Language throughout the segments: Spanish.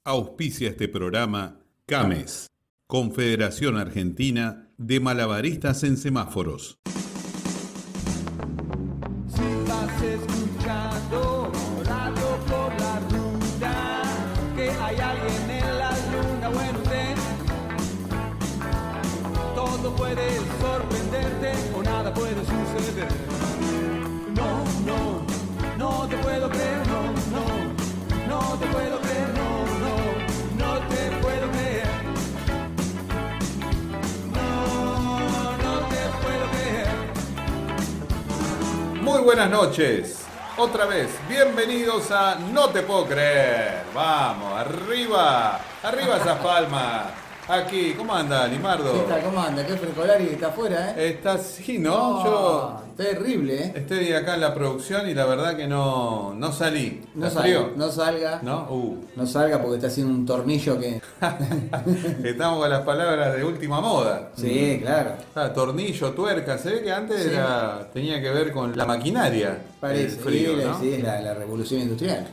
Auspicia este programa CAMES, Confederación Argentina de Malabaristas en Semáforos. Si vas escuchando radio por la luna, que hay alguien en la luna, bueno, todo puede sorprenderte o nada puede suceder. No te puedo creer, no te puedo creer, no te puedo creer. No te puedo creer. Muy buenas noches, otra vez, bienvenidos a No Te Puedo Creer. Vamos, arriba esas palmas. Aquí, ¿cómo anda, Limardo? ¿Qué tal? ¿Cómo anda? Qué Frecolari está afuera, ¿eh? Está así, ¿no? Yo terrible, ¿eh? estoy acá en la producción y la verdad que no salí. No ¿Está frío? salga. ¿No? No salga porque está haciendo un tornillo que... Estamos con las palabras de última moda. Sí, claro. Tornillo, tuerca, se ve que antes Sí. tenía que ver con la maquinaria. Parece, el frío, ¿no? sí, la revolución industrial.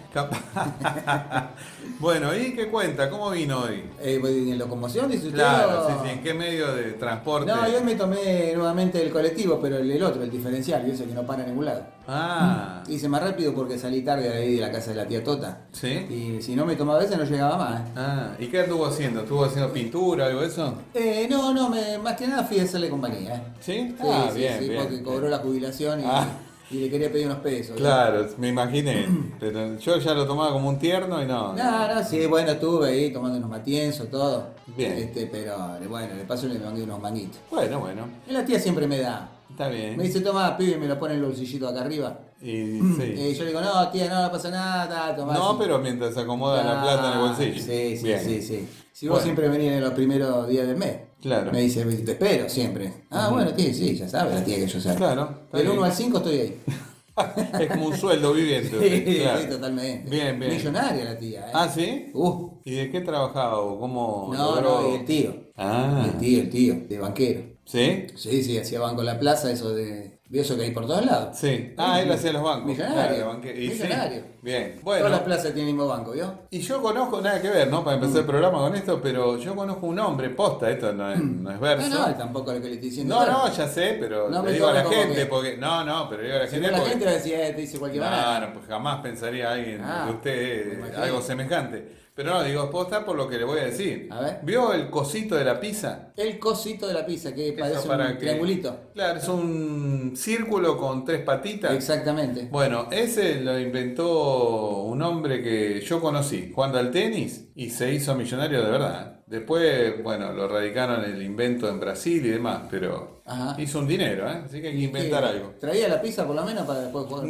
Bueno, ¿y qué cuenta? ¿Cómo vino hoy? ¿En locomoción, dice usted? Claro, o- sí, ¿en qué medio de transporte? No, yo me tomé nuevamente el colectivo, pero el otro, el diferencial, ese que no para en ningún lado. Ah, Hice más rápido porque salí tarde de ahí de la casa de la tía Tota. ¿sí? Y si no me tomaba ese no llegaba más, ¿eh? Ah, ¿y qué anduvo haciendo? ¿Estuvo haciendo pintura, algo de eso? Más que nada fui a hacerle compañía, ¿eh? ¿Sí? Sí, Ah, sí, bien, sí, bien. porque cobró la jubilación y le quería pedir unos pesos. Claro, me imaginé. Pero yo ya lo tomaba como un tierno y no. No, sí, bueno, estuve ahí tomando unos matienzos, todo. Bien. Pero bueno, de paso le mandé unos manguitos. Bueno, Y la tía siempre me da. está bien. Me dice, toma, pibe, y me lo pone en el bolsillito acá arriba. Y sí. Y yo le digo, no, tía, no pasa nada, tomá. No, así. pero mientras se acomoda la plata en el bolsillo. Sí. Bien. Si vos Bueno. siempre venís en los primeros días del mes. Claro. Me dice, te espero siempre. Ah, bueno, tía, sí, ya sabe la tía que yo sé. Claro, está Del bien. 1 al 5 estoy ahí. Es como un sueldo viviente. Sí, claro. sí, totalmente. Bien. Millonaria la tía, ¿eh? Ah, ¿sí? Uh, ¿Y de qué trabajaba o cómo no, logró? y el tío. Ah, El tío, de banquero. ¿sí? Sí, hacía banco en la plaza, eso de... ¿Vio eso que hay por todos lados? Sí. Ah, él hacía los bancos. Millonario. Claro, y sí. Millonario. Bien. Todas las Bueno. plazas tienen el mismo banco, ¿vio? Y yo conozco, nada que ver, ¿no? Para empezar el programa con esto, pero yo conozco un hombre, posta, esto no es verso. No, tampoco lo que le estoy diciendo. No, ya sé, pero No le me digo a la tome como gente que- porque. No, pero digo a la Si gente no, la porque. gente le decía, te dice cualquier manera. No, pues jamás pensaría alguien Ah, de me usted imagino. algo semejante. Pero no, digo, posta por lo que le voy a decir. A ver. ¿Vio el cosito de la pizza? El cosito de la pizza, que Eso parece para un que- triangulito. Claro, es un círculo con tres patitas. Exactamente. Bueno, ese lo inventó un hombre que yo conocí jugando al tenis y se hizo millonario de verdad. Después, bueno, lo radicaron el invento en Brasil y demás, pero Ajá. hizo un dinero, ¿eh? Así que hay que inventar ¿Qué? algo. ¿Traía la pizza por lo menos para después jugar?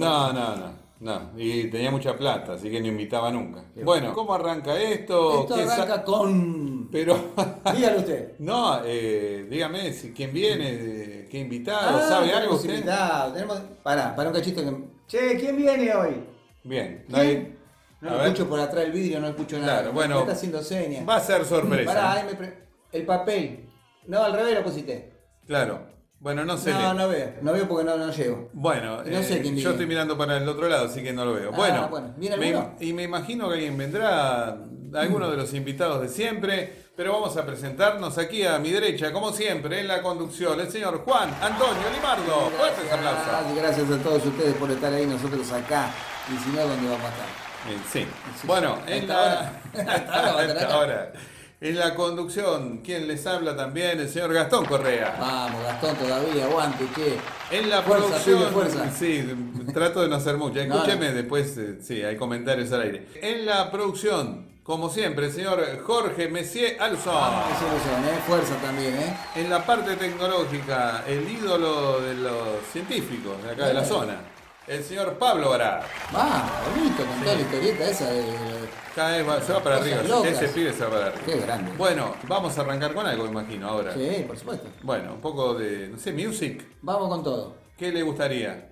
No, y tenía mucha plata, así que no invitaba nunca. Bueno, ¿cómo arranca esto? Esto ¿Qué arranca con... Pero, Dígalo usted. no, dígame quién viene, qué invitado, ¿sabe algo tenemos usted? invitados, Pará un cachito que... Che, ¿quién viene hoy? Bien, ¿Quién? No a lo ver. escucho por atrás del vidrio, no escucho nada. Claro, bueno, Me está haciendo señas. Va a ser sorpresa. Pará, ahí el papel. No, al revés lo pusiste. Claro, bueno, no sé. No veo porque no llego. Bueno, No sé quién yo viene. estoy mirando para el otro lado, así que no lo veo. Ah, bueno. ¿Viene alguno? y me imagino que alguien vendrá, alguno de los invitados de siempre, pero vamos a presentarnos aquí a mi derecha, como siempre, en la conducción, el señor Juan Antonio Limardo. Fuertes aplausos. Gracias a todos ustedes por estar ahí, nosotros acá. Y si no, ¿dónde vamos a estar? Sí. Bueno, en Hasta ahora va a estar hasta acá. ahora. En la conducción, quien les habla también, el señor Gastón Correa. Vamos, Gastón, todavía, aguante, che. En la Fuerza, producción, pibe, fuerza. sí, trato de no hacer mucho. No, Escúcheme, no. después, sí, hay comentarios al aire. En la producción, como siempre, el señor Jorge Messier Alzón. Qué solución, fuerza también, En la parte tecnológica, el ídolo de los científicos de acá de la zona, el señor Pablo Bará. Va, bonito, con toda la historieta esa de... Cada vez se va para Cosas arriba, locas. ese pibe se va para arriba. Qué grande. Bueno, vamos a arrancar con algo, imagino, ahora. Sí, por supuesto. Bueno, un poco de, no sé, music. Vamos con todo. ¿Qué le gustaría?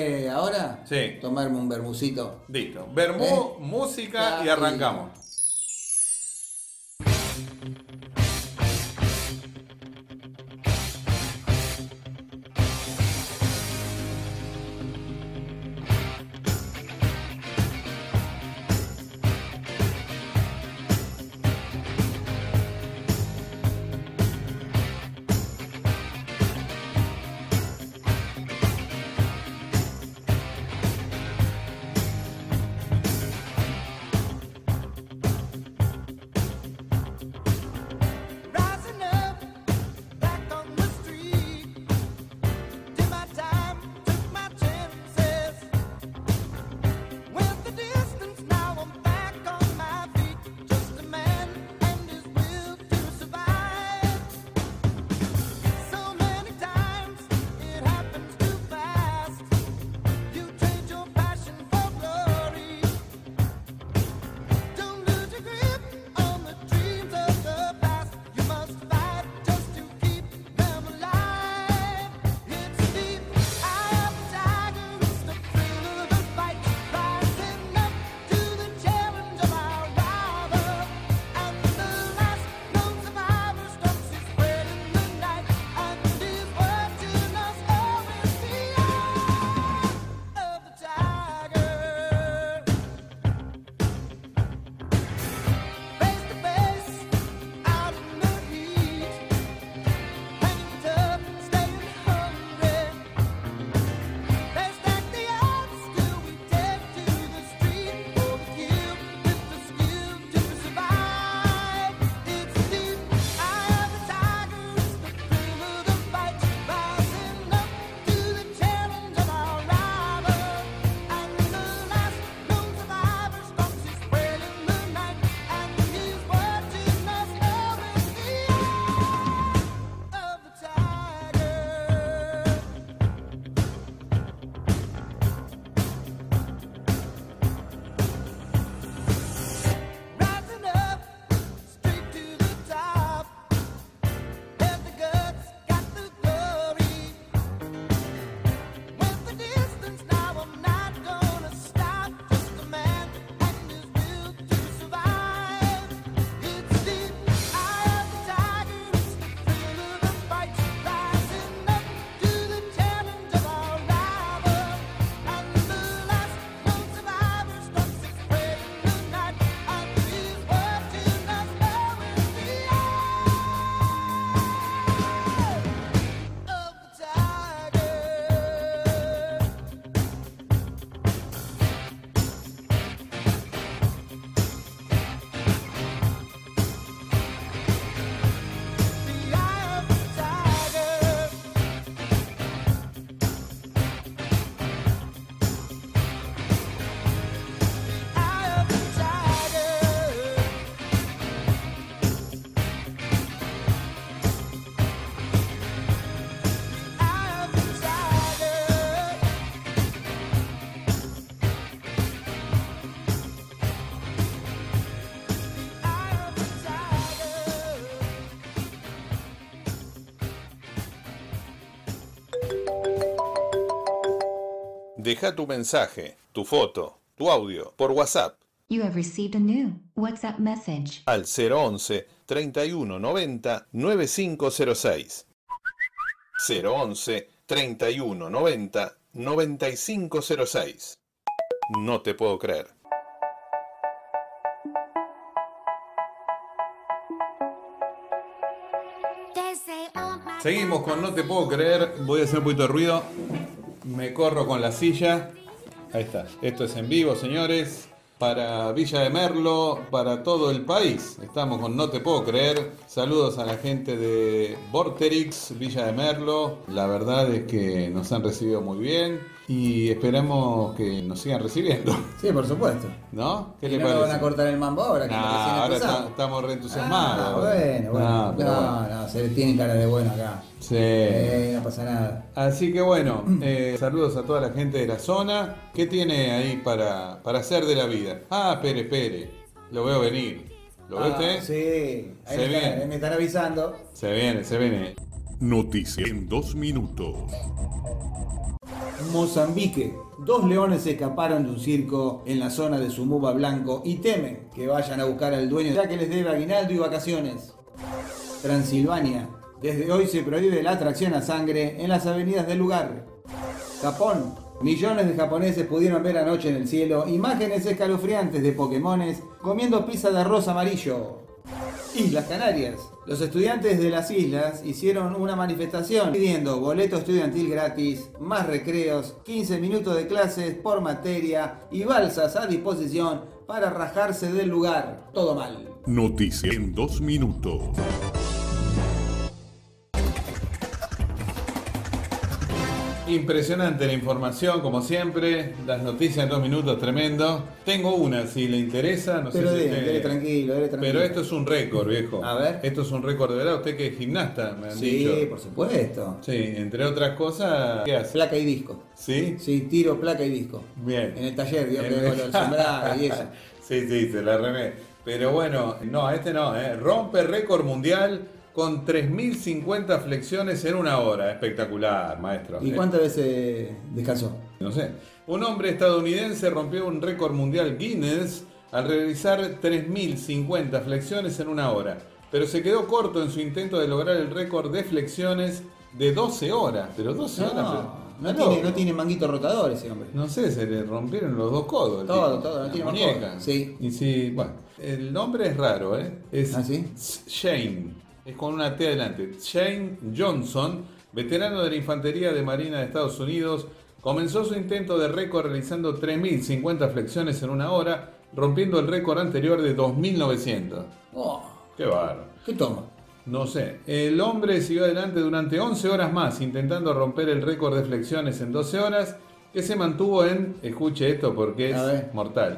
Ahora, Sí. tomarme un bermucito. Listo. Bermú, música y arrancamos. Deja tu mensaje, tu foto, tu audio por WhatsApp You have received a new WhatsApp message. al 011 31 90 9506. 011 31 90 9506. No te puedo creer. Seguimos con No te puedo creer. Voy a hacer un poquito de ruido. Me corro con la silla. Ahí está. Esto es en vivo, señores. Para Villa de Merlo, para todo el país. Estamos con No te puedo creer. Saludos a la gente de Vorterix, Villa de Merlo. La verdad es que nos han recibido muy bien y esperamos que nos sigan recibiendo. Sí, por supuesto. ¿No? ¿Qué ¿Y le no parece? van a cortar el mambo ahora? Que Ahora recién empezamos. estamos reentusiasmados. Bueno. No, pero bueno. No, se tienen cara de bueno acá. Sí. No pasa nada. Así que bueno, saludos a toda la gente de la zona. ¿Qué tiene ahí para hacer de la vida? Ah, Pere, lo veo venir. ¿Lo ve usted? Sí, ahí Se viene. me están avisando. Se viene. Noticia en 2 minutos. Mozambique. 2 leones se escaparon de un circo en la zona de Sumuba Blanco y temen que vayan a buscar al dueño ya que les debe aguinaldo y vacaciones. Transilvania. Desde hoy se prohíbe la atracción a sangre en las avenidas del lugar. Japón. Millones de japoneses pudieron ver anoche en el cielo imágenes escalofriantes de Pokémones comiendo pizza de arroz amarillo. Islas Canarias. Los estudiantes de las islas hicieron una manifestación pidiendo boleto estudiantil gratis, más recreos, 15 minutos de clases por materia y balsas a disposición para rajarse del lugar. Todo mal. Noticia en 2 minutos. Impresionante la información, como siempre. Las noticias en 2 minutos, tremendo. Tengo una, si le interesa. No Pero sé si dele tranquilo. Pero esto es un récord, viejo. A ver. Esto es un récord de verdad. Usted que es gimnasta, me han Sí, dicho. por supuesto. Sí, entre otras cosas, ¿qué hace? Placa y disco. ¿Sí? Sí, tiro, placa y disco. Bien. En el taller, vio En que el- hago el sembrado y eso. Sí, se la remé. Pero bueno, no, este no, rompe récord mundial con 3.050 flexiones en 1 hora. Espectacular, maestro. ¿Y cuántas veces descansó? No sé. Un hombre estadounidense rompió un récord mundial Guinness al realizar 3.050 flexiones en 1 hora. Pero se quedó corto en su intento de lograr el récord de flexiones de 12 horas. Pero 12 horas. No tiene manguitos rotadores ese hombre. No sé, se le rompieron los 2 codos. Todo, no la tiene más muñeca. codos. Sí. Y sí, bueno, el nombre es raro, ¿eh? Es ¿Ah, sí? Shane, es con una T adelante. Shane Johnson, veterano de la Infantería de Marina de Estados Unidos, comenzó su intento de récord realizando 3.050 flexiones en 1 hora, rompiendo el récord anterior de 2.900. Oh, Qué bárbaro. ¿qué toma? No sé. El hombre siguió adelante durante 11 horas más, intentando romper el récord de flexiones en 12 horas, que se mantuvo en, escuche esto porque A ver. es mortal,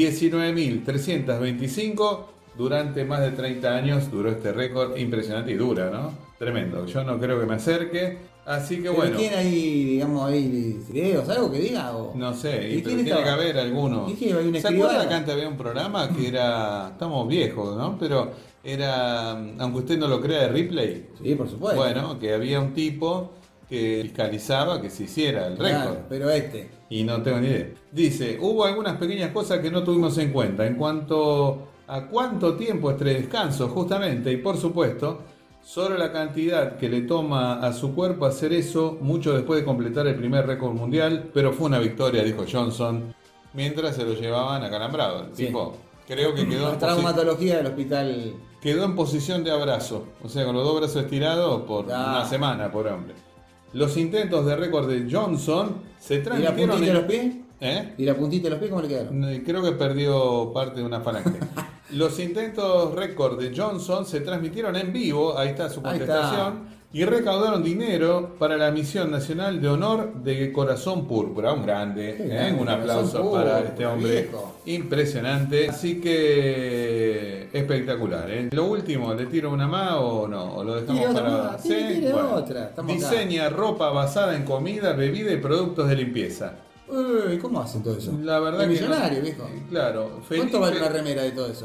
19.325. Durante más de 30 años duró este récord. Impresionante y dura, ¿no? Tremendo. Yo no creo que me acerque. Así que ¿Pero bueno. tiene ahí, digamos, ahí videos, algo que diga? O... No sé, ¿Y pero quién tiene que estaba? haber alguno. ¿Y quién? ¿Hay un ¿Se acuerdan escribano? acá antes había un programa que era... Estamos viejos, ¿no? Pero era, aunque usted no lo crea, de Ripley. Sí, por supuesto. Bueno, que había un tipo que fiscalizaba que se hiciera el récord. Claro, pero Y no tengo ni idea. Dice, hubo algunas pequeñas cosas que no tuvimos en cuenta en cuanto a cuánto tiempo es de descanso, justamente, y por supuesto, solo la cantidad que le toma a su cuerpo hacer eso mucho después de completar el primer récord mundial, pero fue una victoria, dijo Johnson, mientras se lo llevaban acalambrado. El Sí. tipo, creo que quedó la traumatología del hospital. quedó en posición de abrazo, o sea, con los 2 brazos estirados por una semana, por hombre. Los intentos de récord de Johnson se ¿Y la transmitieron puntita de en... los pies? ¿Eh? ¿Y la puntita de los pies cómo le quedaron? Creo que perdió parte de una falange. Los intentos récord de Johnson se transmitieron en vivo, ahí está su Ahí contestación, y recaudaron dinero para la misión nacional de honor de Corazón Púrpura. Un grande, Qué grande, un aplauso Corazón para Púrpura, este hombre. viejo. Impresionante. Así que espectacular. Lo último, ¿le tiro una más o no? ¿O lo dejamos Tire otra para más, tire otra. Estamos acá. Diseña ropa basada en comida, bebida y productos de limpieza. Uy, ¿cómo hacen todo eso? La verdad Es que no- millonario, viejo. Claro. ¿Cuánto vale una remera de todo eso?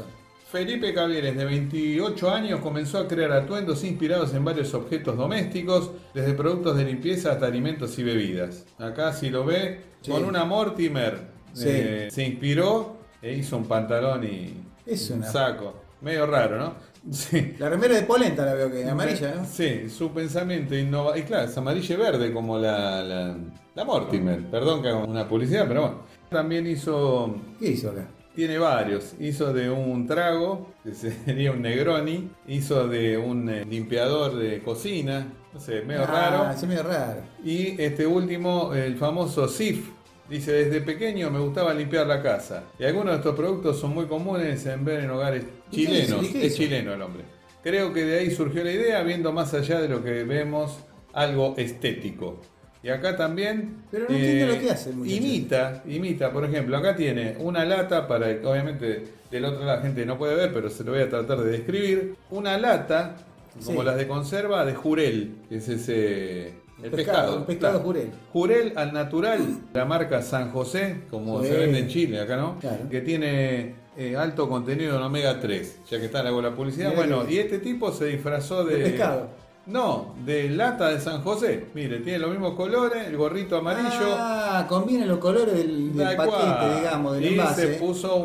Felipe Cavieres, de 28 años, comenzó a crear atuendos inspirados en varios objetos domésticos, desde productos de limpieza hasta alimentos y bebidas. Acá, si lo ve, Sí. con una Mortimer Sí. se inspiró e hizo un pantalón y Es un una- saco. Medio raro, ¿no? Sí. La remera de polenta la veo que amarilla, ¿no? Sí, su pensamiento innova. Y claro, es amarilla y verde como la Mortimer. Perdón que haga una publicidad, pero bueno. También hizo. ¿Qué hizo acá? Tiene varios. Hizo de un trago, que sería un Negroni. Hizo de un limpiador de cocina. No sé, medio raro. Es medio raro. Y este último, el famoso Sif. Dice, desde pequeño me gustaba limpiar la casa. Y algunos de estos productos son muy comunes en ver en hogares ¿Y qué hizo? chilenos. ¿Y qué Es hizo? chileno el hombre. Creo que de ahí surgió la idea, viendo más allá de lo que vemos, algo estético. Y acá también Pero no entiendo lo que hace el muchacho. imita, por ejemplo, acá tiene una lata para, obviamente del otro lado la gente no puede ver, pero se lo voy a tratar de describir. Una lata, como Sí. las de conserva, de jurel, que es ese... El pescado. Un pescado claro. jurel. Jurel al natural, la marca San José, como Sí. se vende en Chile, acá no, Claro. que tiene alto contenido en omega 3, ya que está la publicidad. Mirá Bueno, que- y este tipo se disfrazó de... De pescado. No, de lata de San José. Mire, tiene los mismos colores, el gorrito amarillo. Ah, combina los colores del tal paquete, cual. digamos, del y envase. se puso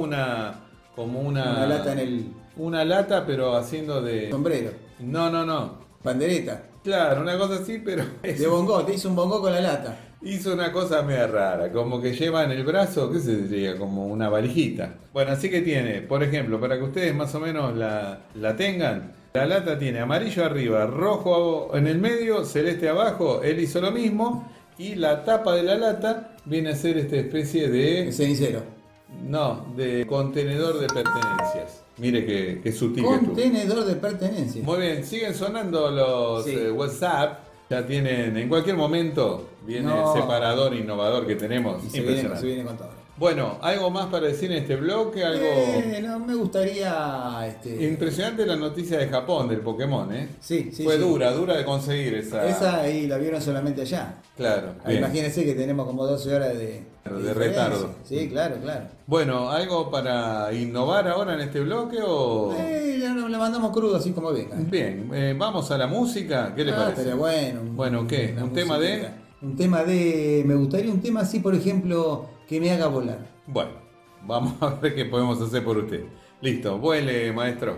Una lata en el Una lata, pero haciendo de... sombrero. No. Bandereta. Claro, una cosa así, pero... De bongo, te hizo un bongo con la lata. Hizo una cosa media rara, como que lleva en el brazo, ¿qué se diría? Como una valijita. Bueno, así que tiene, por ejemplo, para que ustedes más o menos la tengan, la lata tiene amarillo arriba, rojo en el medio, celeste abajo, él hizo lo mismo, y la tapa de la lata viene a ser esta especie El de... cenicero. No, de contenedor de pertenencias. Mire qué sutil que estuvo. Contenedor de pertenencia. Muy bien, siguen sonando los Sí. WhatsApp. Ya tienen, en cualquier momento, viene No. el separador innovador que tenemos. Y se viene Impresionante. con todo. Bueno, ¿algo más para decir en este bloque? Algo No, me gustaría. impresionante la noticia de Japón, del Pokémon, ¿eh? Sí, Fue sí. dura de conseguir esa. Esa ahí la vieron solamente allá. Claro. Ah, bien. imagínense que tenemos como 12 horas de diferencia. retardo. Sí, claro. Bueno, ¿algo para innovar ahora en este bloque o...? Ya nos la mandamos crudo así como venga. Bien, vamos a la música. ¿Qué le parece? Estaría bueno. Bueno, ¿qué? una ¿Un tema de...? musiquita. Un tema de. Me gustaría un tema así, por ejemplo, que me haga volar. Bueno, vamos a ver qué podemos hacer por usted. Listo, vuele, maestro.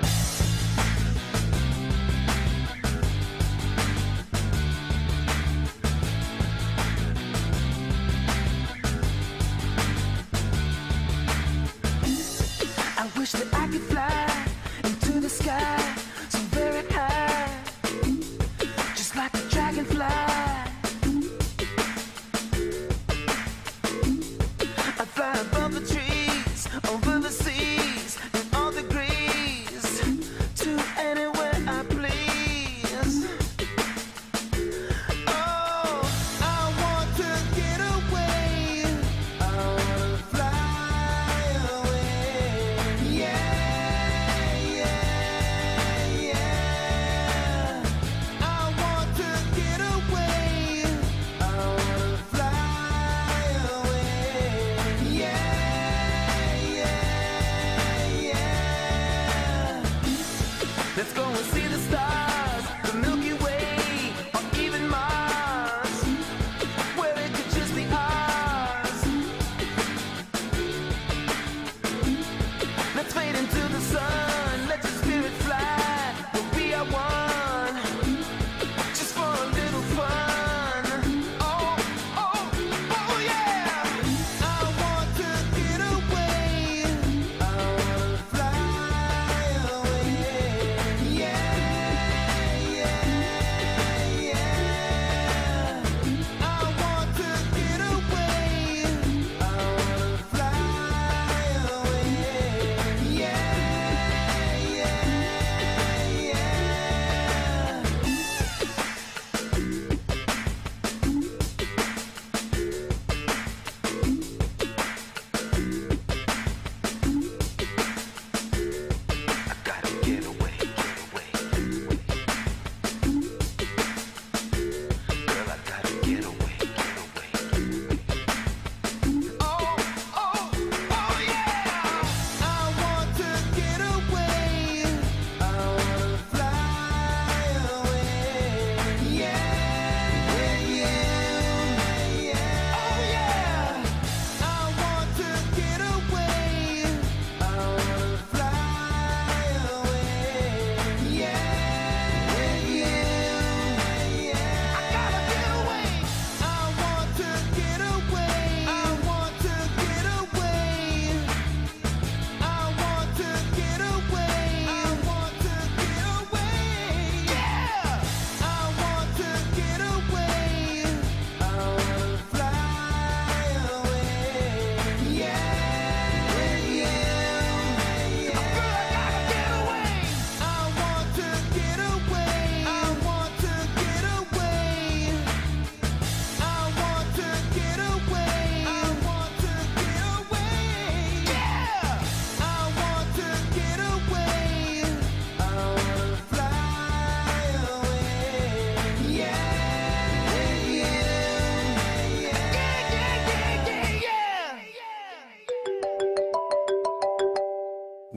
I wish that I could fly into the sky so very high, just like a dragonfly. I fly above the trees, over the seas, and all the degrees, to anywhere I please. Oh, I want to get away. I wanna fly away. Yeah, yeah, yeah. I want to get away. I wanna fly away. Yeah, yeah, yeah. Let's go and see the stars, the Milky Way, or even Mars, where it could just be ours. Let's fade into the sun, let your spirit fly, we'll be our one, just for a little fun. Oh, oh, oh yeah! I want to get away, I wanna fly away. Yeah,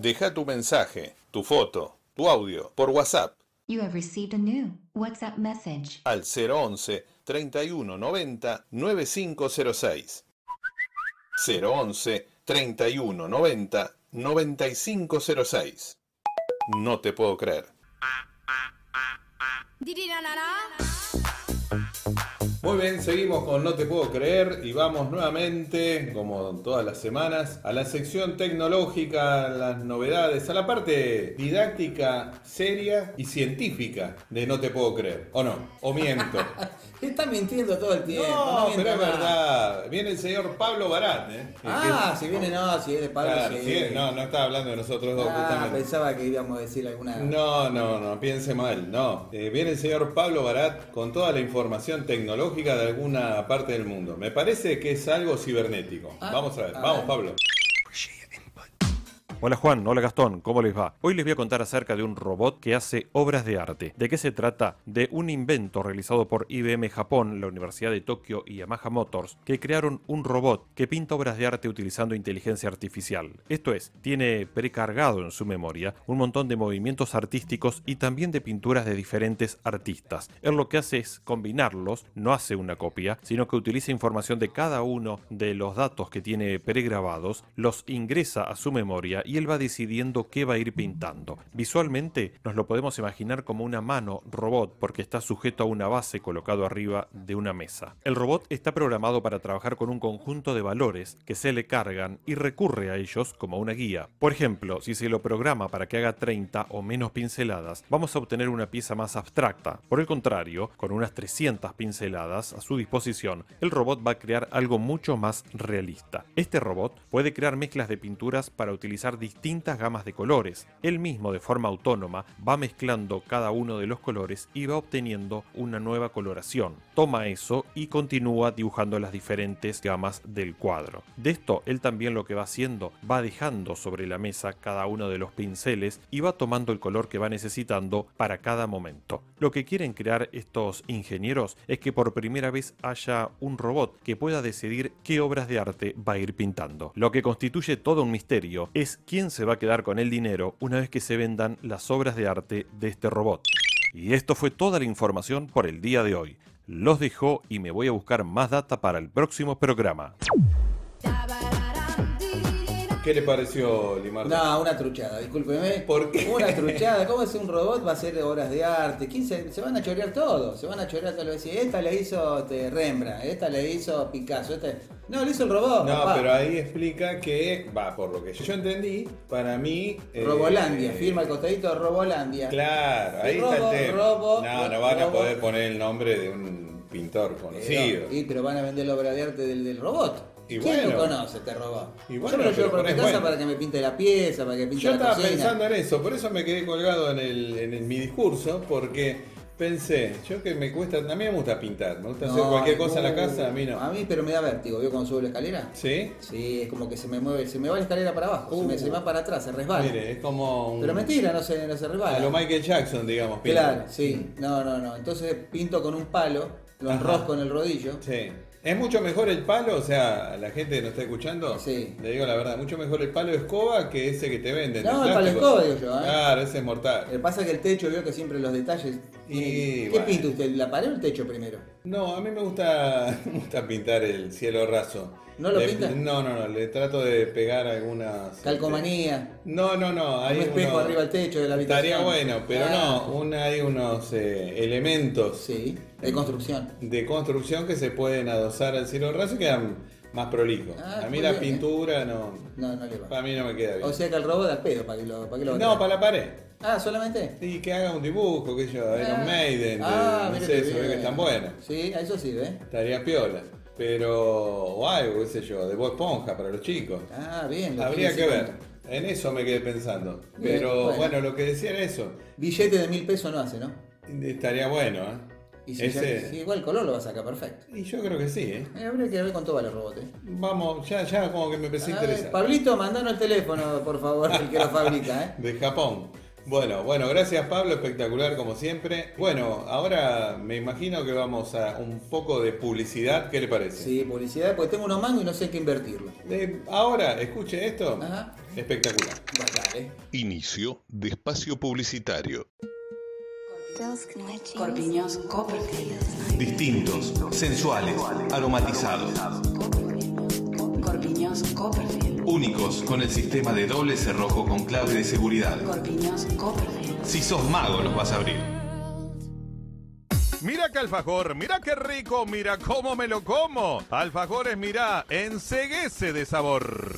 Deja tu mensaje, tu foto, tu audio por WhatsApp You have received a new WhatsApp message. al 011 31 90 9506. 011 31 90 9506. No te puedo creer. Muy bien, seguimos con No te puedo creer y vamos nuevamente, como todas las semanas, a la sección tecnológica, a las novedades, a la parte didáctica, seria y científica de No te puedo creer. ¿O no? ¿O miento? Está mintiendo todo el tiempo. No, mienta pero es más. verdad. Viene el señor Pablo Barat, ¿eh? Si viene, si es de Pablo, Claro, sí. sí, no estaba hablando de nosotros dos, justamente. Pensaba que íbamos a decir alguna... No, piense mal, no. Viene el señor Pablo Barat con toda la información tecnológica de alguna parte del mundo. Me parece que es algo cibernético. Vamos a ver, vamos Pablo. Hola Juan, hola Gastón, ¿cómo les va? Hoy les voy a contar acerca de un robot que hace obras de arte. ¿De qué se trata? De un invento realizado por IBM Japón, la Universidad de Tokio y Yamaha Motors, que crearon un robot que pinta obras de arte utilizando inteligencia artificial. Esto es, tiene precargado en su memoria un montón de movimientos artísticos y también de pinturas de diferentes artistas. Él lo que hace es combinarlos, no hace una copia, sino que utiliza información de cada uno de los datos que tiene pregrabados, los ingresa a su memoria y él va decidiendo qué va a ir pintando. Visualmente nos lo podemos imaginar como una mano robot porque está sujeto a una base colocado arriba de una mesa. El robot está programado para trabajar con un conjunto de valores que se le cargan y recurre a ellos como una guía. Por ejemplo, si se lo programa para que haga 30 o menos pinceladas, vamos a obtener una pieza más abstracta. Por el contrario, con unas 300 pinceladas a su disposición, el robot va a crear algo mucho más realista. Este robot puede crear mezclas de pinturas para utilizar distintas gamas de colores. Él mismo, de forma autónoma, va mezclando cada uno de los colores y va obteniendo una nueva coloración. Toma eso y continúa dibujando las diferentes gamas del cuadro. De esto, él también lo que va haciendo, va dejando sobre la mesa cada uno de los pinceles y va tomando el color que va necesitando para cada momento. Lo que quieren crear estos ingenieros es que por primera vez haya un robot que pueda decidir qué obras de arte va a ir pintando. Lo que constituye todo un misterio es quién se va a quedar con el dinero una vez que se vendan las obras de arte de este robot. Y esto fue toda la información por el día de hoy. Los dejo y me voy a buscar más data para el próximo programa. ¿Qué le pareció, Limardo? No, una truchada, discúlpeme. ¿Por qué? Una truchada. ¿Cómo es un robot? Va a hacer obras de arte. ¿Quién se van a chorear todo? Se van a chorear todo. Esta le hizo Rembrandt, esta le hizo Picasso. No, le hizo el robot. No, papá. pero ahí explica que, por lo que yo entendí, para mí... Robolandia, firma el costadito Robolandia. Claro, ahí Robo, está el tema. robo, no van a robo. poder poner el nombre de un pintor conocido. Pero van a vender la obra de arte del robot. Y ¿Quién bueno. lo conoce este robot? Y bueno, yo me lo llevo pero por mi es casa bueno. para que me pinte la pieza, para que pinte Yo la estaba cocina. pensando en eso, por eso me quedé colgado en mi discurso, porque pensé, yo que me cuesta, a mí me gusta pintar, me gusta hacer cualquier cosa en la casa, a mí no. A mí, pero me da vértigo, ¿vio cuando subo la escalera? ¿Sí? Sí, es como que se me mueve, se me va la escalera para abajo, se me va para atrás, se resbala. Mire, es como un... Pero mentira, no se resbala. A lo Michael Jackson, digamos. pinta. Claro, sí. No. Entonces pinto con un palo, lo enrosco en el rodillo. Sí. ¿Es mucho mejor el palo? O sea, la gente que nos está escuchando, Sí. le digo la verdad, mucho mejor el palo de escoba que ese que te venden. No, de el palo de plástico. escoba, digo yo, ¿eh? Claro, ese es mortal. Lo que pasa es que el techo, veo que siempre los detalles... Y ¿Qué bueno. pinta usted? ¿La pared o el techo primero? No, a mí me gusta pintar el cielo raso. ¿No lo pinta? No, le trato de pegar algunas... Calcomanía. No, hay Un espejo unos- arriba del techo de la habitación. Estaría bueno, pero Ah. hay unos elementos Sí, de construcción. de construcción que se pueden adosar al cielo raso y quedan más prolijos. Ah, A mí muy la bien, pintura No le va. para mí no me queda bien. O sea que el robot al pedo, ¿para que lo No, para la pared. Ah, ¿solamente? Y que haga un dibujo, que yo, Iron Maiden, no mira sé, qué eso bien. que están buenas. Sí, a eso sí, ¿ves? Estaría piola. Pero, o algo, qué sé yo, de Bob Esponja para los chicos. Ah, bien. lo Habría tiene que así ver. En eso me quedé pensando. Bien, Pero bueno. bueno, lo que decía era eso. Billete de 1000 pesos no hace, ¿no? Estaría bueno, ¿eh? Y si sí, igual el color lo va a sacar perfecto. Y yo creo que sí, ¿eh? Habría que ver con todo el robot, ¿eh? Vamos, ya como que me empecé a interesar. Pablito, mandanos el teléfono, por favor, el que lo fabrica, ¿eh? De Japón. Bueno, gracias Pablo, espectacular como siempre. Bueno, ahora me imagino que vamos a un poco de publicidad, ¿qué le parece? Sí, publicidad, porque tengo unos mangos y no sé qué invertirlo. Ahora, escuche esto. Ajá. Espectacular. Dale. Inicio de espacio publicitario. Corpiños Copperfield. Distintos, sensuales, aromatizados. Corpiños Copperfield. Únicos con el sistema de doble cerrojo con clave de seguridad. Corpiños Copperfield. Si sos mago los vas a abrir. Mira qué alfajor, mira qué rico, mira cómo me lo como. Alfajores, mira, enceguece de sabor.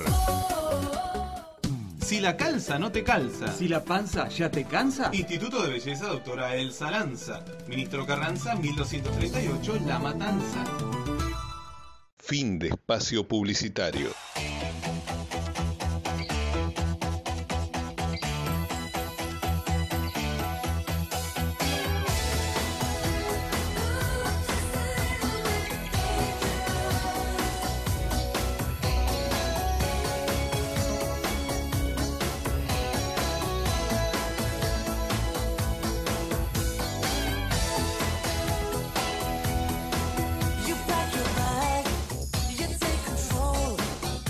Si la calza no te calza. Si la panza ya te cansa. Instituto de Belleza Doctora Elsa Lanza. Ministro Carranza, 1238, La Matanza. Fin de espacio publicitario. You pack your bag, you take control.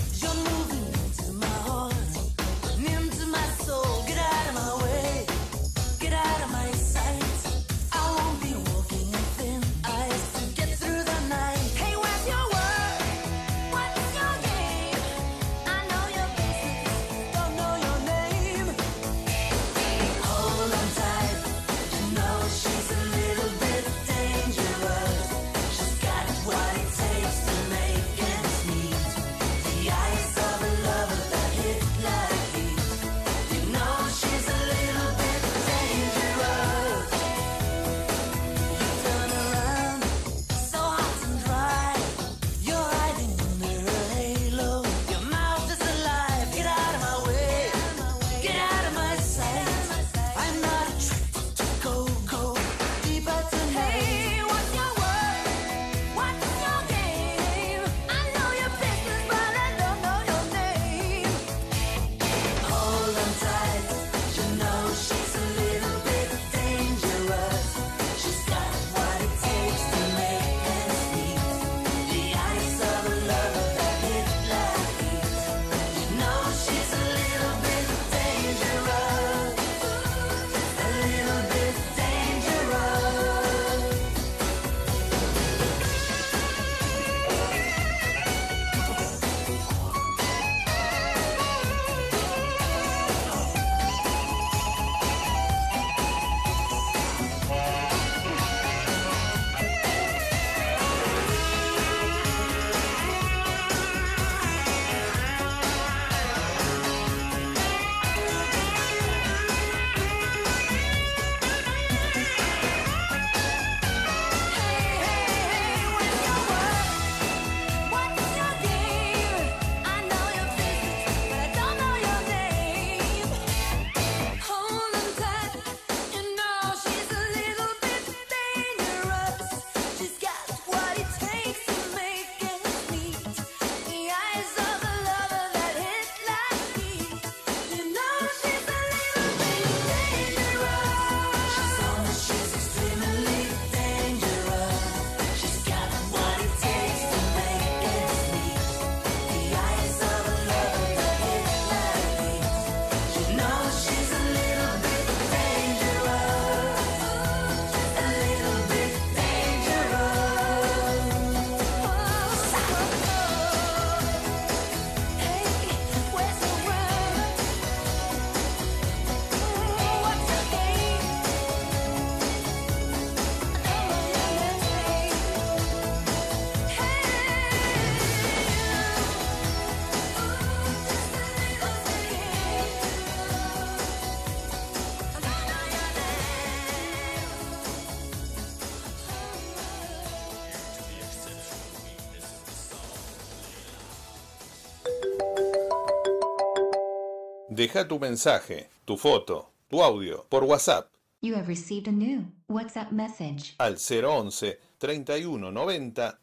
Deja tu mensaje, tu foto, tu audio por WhatsApp You have received a new WhatsApp message. al 011 31 90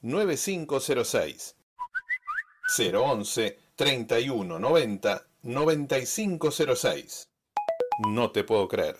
9506. 011 31 90 9506. No te puedo creer.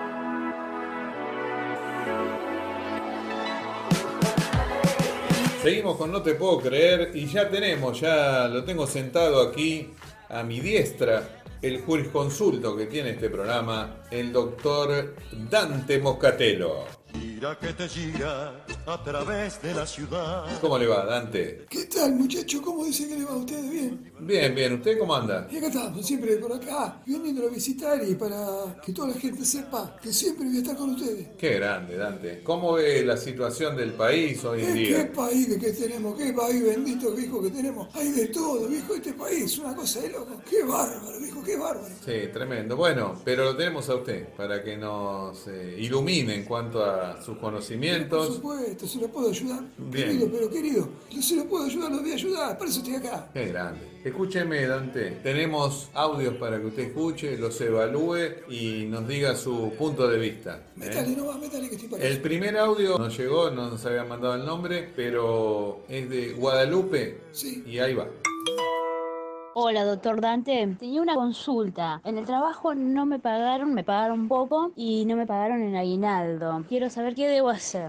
Seguimos con No te puedo creer y ya lo tengo sentado aquí a mi diestra, el jurisconsulto que tiene este programa, el doctor Dante Moscatello. Mira que te gira a través de la ciudad. ¿Cómo le va, Dante? ¿Qué tal, muchacho? ¿Cómo dice que le va a usted? ¿Bien? Bien, bien. ¿Usted cómo anda? Y acá estamos, siempre por acá, viniéndolo a visitar y para que toda la gente sepa que siempre voy a estar con ustedes. Qué grande, Dante. ¿Cómo ve la situación del país hoy en ¿Qué día? país que tenemos? ¿Qué país bendito, viejo, que tenemos? Hay de todo, viejo, este país, una cosa de loco. ¡Qué bárbaro, viejo, qué bárbaro! Sí, tremendo. Bueno, pero lo tenemos a usted para que nos ilumine en cuanto a sus conocimientos. Por supuesto, se lo puedo ayudar. Bien. Querido, pero querido, yo se lo puedo ayudar, lo voy a ayudar, por eso estoy acá. Qué grande. Escúcheme, Dante. Tenemos audios para que usted escuche, los evalúe y nos diga su punto de vista. Métale nomás, métale que estoy para El eso. primer audio nos llegó, no nos había mandado el nombre, pero es de Guadalupe. Sí. Y ahí va. Hola, doctor Dante. Tenía una consulta. En el trabajo no me pagaron poco y no me pagaron en aguinaldo. Quiero saber qué debo hacer.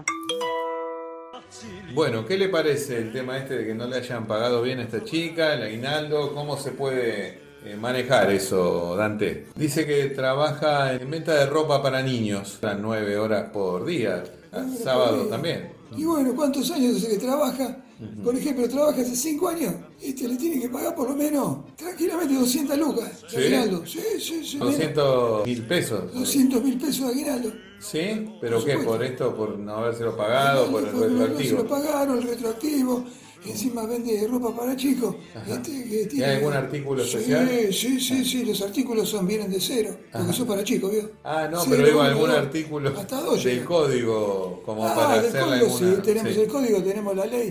Bueno, ¿qué le parece el tema este de que no le hayan pagado bien a esta chica, el aguinaldo? ¿Cómo se puede manejar eso, Dante? Dice que trabaja en venta de ropa para niños, a 9 horas por día, sábado también. Y bueno, ¿cuántos años hace que trabaja? Por ejemplo, trabaja hace 5 años. Le tiene que pagar por lo menos, tranquilamente, 200 lucas de ¿Sí? aguinaldo. Sí. 200.000 pesos. 200.000 pesos de aguinaldo. ¿Sí? ¿Pero Por qué? supuesto. ¿Por esto? ¿Por no habérselo pagado? ¿Por el No se retroactivo? lo pagaron, el retroactivo. Encima vende ropa para chicos. Que ¿Y hay algún artículo especial? Sí, los artículos vienen de cero, porque son para chicos, ¿vio? Ah, no, Sí, pero digo uno, algún dos, artículo hasta 2 del llega. código como para del hacerle código, alguna... sí, tenemos sí. el código, tenemos la ley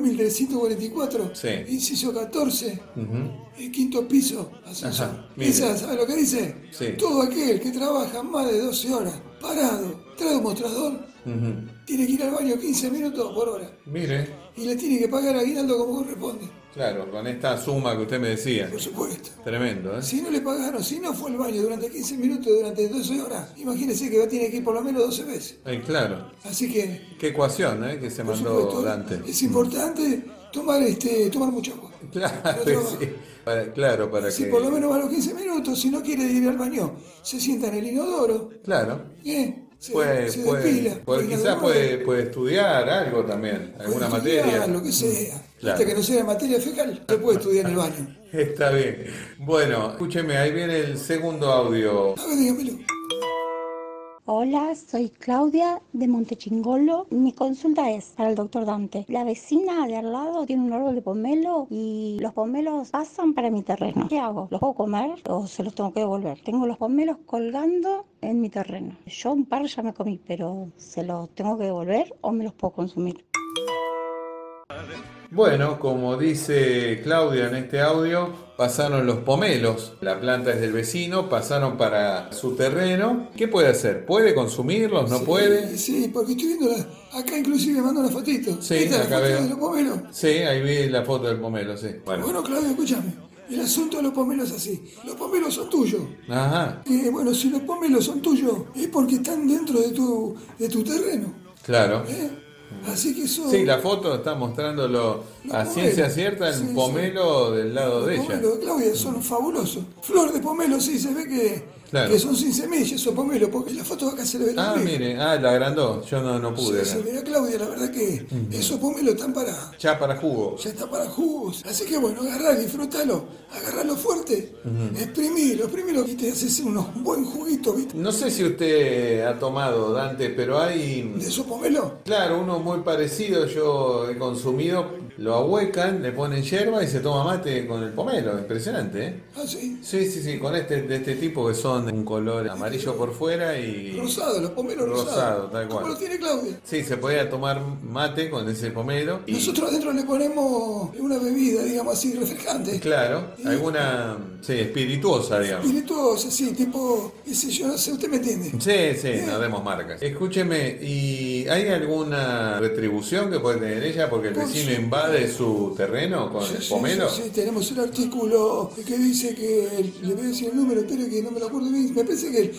9.344, Sí. inciso 14, Ujú. el quinto piso, ascenso. Ajá, mire. Esa, ¿sabe lo que dice? Sí. Todo aquel que trabaja más de 12 horas parado, trae un mostrador, Ujú. tiene que ir al baño 15 minutos por hora Mire, y le tiene que pagar aguinaldo como corresponde, claro, con esta suma que usted me decía. por supuesto. Tremendo, ¿eh? Si no le pagaron, si no fue al baño durante 15 minutos, durante 12 horas, imagínese que va a tener que ir por lo menos 12 veces. Claro. Así que, Qué ecuación, ¿eh? Que se por mandó supuesto, Dante. es importante tomar mucha agua. Claro, Pero sí. Para Si que... por lo menos va a los 15 minutos, si no quiere ir al baño, se sienta en el inodoro, Claro. se Puede, depila. quizás puede estudiar algo también, alguna estudiar, materia. lo que sea. Claro. Hasta que no sea materia fecal, se puede estudiar en el baño. Está bien. Bueno, escúcheme, ahí viene el segundo audio. A ver, dígamelo. Hola, soy Claudia de Montechingolo. Mi consulta es para el doctor Dante. La vecina de al lado tiene un árbol de pomelo y los pomelos pasan para mi terreno. ¿Qué hago? ¿Los puedo comer o se los tengo que devolver? Tengo los pomelos colgando en mi terreno. Yo un par ya me comí, pero ¿se los tengo que devolver o me los puedo consumir? Bueno, como dice Claudia en este audio, pasaron los pomelos. La planta es del vecino, pasaron para su terreno. ¿Qué puede hacer? ¿Puede consumirlos? ¿No puede? Sí, porque estoy viendo acá inclusive me mandó una fotito. Sí, ¿Esta es acá la foto veo. de los pomelos? Sí, ahí vi la foto del pomelo, sí. Bueno, Claudio, escúchame. El asunto de los pomelos es así. Los pomelos son tuyos. Ajá, Bueno, si los pomelos son tuyos, es porque están dentro de tu terreno. claro. Así que eso... Sí, la foto está mostrándolo a pomelos. ciencia cierta, el Sí, pomelo del lado de Los ella. pomelos de Claudia son fabulosos. Flor de pomelo, sí, se ve Claro. que son sin semillas esos pomelos, porque en la foto acá se le ve Ah, también. mire, la agrandó, yo no pude. Se ve a Claudia, la verdad que esos pomelos están para... Ya para jugo. Ya está para jugos. Así que bueno, agarrá, disfrútalo, agarralo fuerte, exprimilo y te haces un buen juguito, ¿viste? No sé si usted ha tomado, Dante, pero hay... ¿De esos pomelos? Claro, uno muy parecido, yo he consumido, lo ahuecan, le ponen yerba y se toma mate con el pomelo, impresionante, ¿eh? Ah, sí. Sí, con de este tipo que son un color amarillo por fuera y... Rosado, los pomelos Rosado, rosados. tal cual. ¿Cómo lo tiene Claudia? Sí, se podía tomar mate con ese pomelo y... Nosotros adentro le ponemos una bebida, digamos así, refrescante. Claro, alguna, sí, espirituosa, digamos. Espirituosa, sí, tipo, qué sé yo, no sé, usted me entiende. Sí, no demos marcas. Escúcheme, ¿y hay alguna retribución que puede tener ella porque el Por vecino supuesto, invade su terreno con el pomelo? Sí, tenemos el artículo que dice que, le voy a decir el número, espero que no me lo acuerdo bien, me parece que el